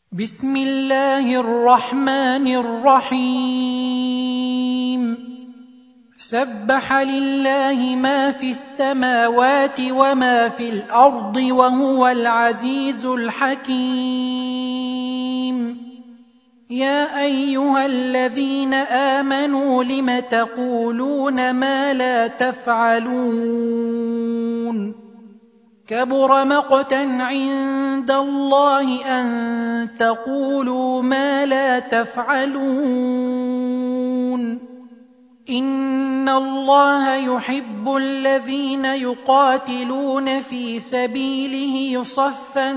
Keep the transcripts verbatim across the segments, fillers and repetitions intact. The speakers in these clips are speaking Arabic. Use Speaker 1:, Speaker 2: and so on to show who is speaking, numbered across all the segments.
Speaker 1: بسم الله الرحمن الرحيم سبح لله ما في السماوات وما في الأرض وهو العزيز الحكيم يا أيها الذين آمنوا لم تقولون ما لا تفعلون كبر مقتا عند الله أن تقولوا ما لا تفعلون إن الله يحب الذين يقاتلون في سبيله صفا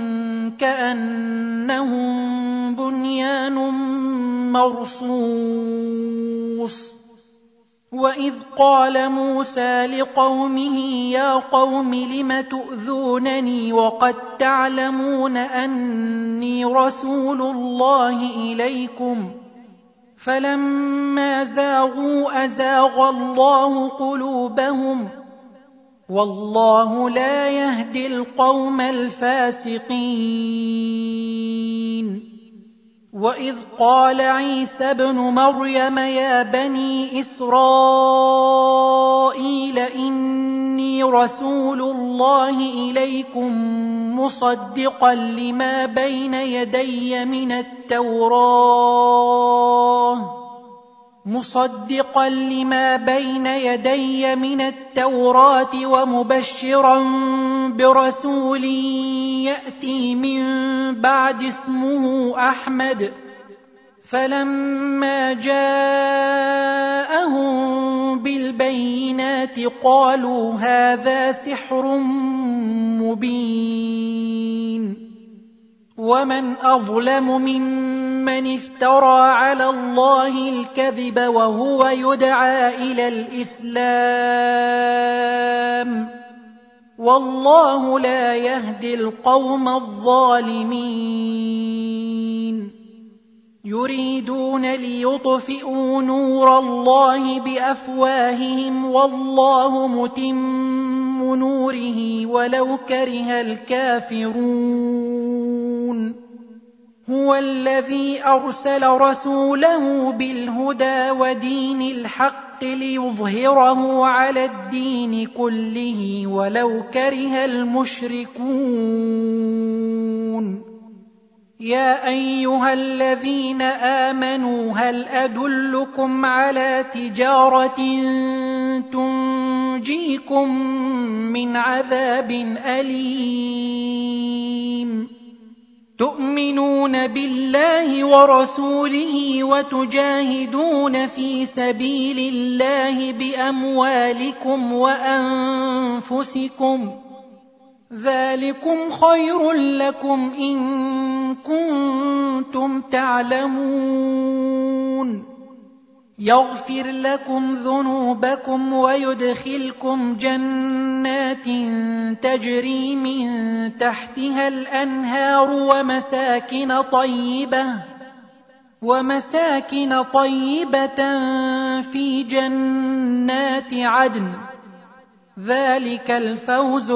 Speaker 1: كأنهم بنيان مرصوص وإذ قال موسى لقومه يا قوم لم تؤذونني وقد تعلمون أني رسول الله إليكم فلما زاغوا أزاغ الله قلوبهم والله لا يهدي القوم الفاسقين وإذ قال عيسى ابن مريم يا بني إسرائيل إني رسول الله إليكم مصدقا لما بين يدي من التوراة مصدقا لما بين يدي من التوراة ومبشرا برسول يأتي من بعد اسمه أحمد فلما جاءهم بالبينات قالوا هذا سحر مبين ومن أظلم ممن افترى على الله الكذب وهو يدعى إلى الإسلام والله لا يهدي القوم الظالمين يريدون ليطفئوا نور الله بأفواههم والله متم نوره ولو كره الكافرون هو الذي أرسل رسوله بالهدى ودين الحق ليظهره على الدين كله ولو كره المشركون يا أيها الذين آمنوا هل أدلكم على تجارة تنجيكم من عذاب أليم تؤمنون بالله ورسوله وتجاهدون في سبيل الله بأموالكم وأنفسكم ذلكم خير لكم إن كنتم تعلمون يغفر لكم ذنوبكم ويدخلكم جنات تجري من تحتها الأنهار ومساكن طيبة ومساكن طيبة في جنات عدن ذلك الفوز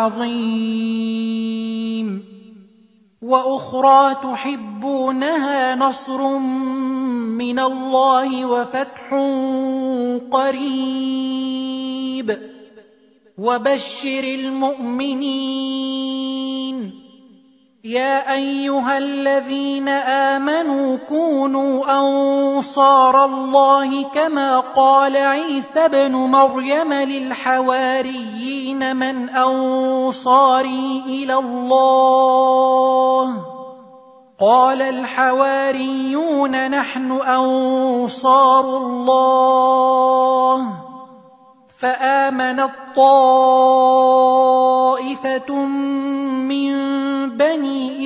Speaker 1: العظيم وأخرى تحبونها نصر من الله وفتح قريب وبشر المؤمنين يا أيها الذين آمنوا كونوا أنصار الله كما قال عيسى ابن مريم للحواريين من أنصاري إلى الله قال الحواريون نحن أنصار الله فآمنت طائفة من بني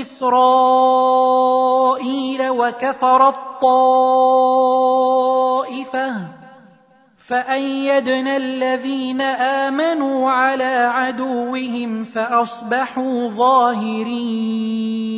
Speaker 1: إسرائيل وكفرت طائفة فأيدنا الذين آمنوا على عدوهم فأصبحوا ظاهرين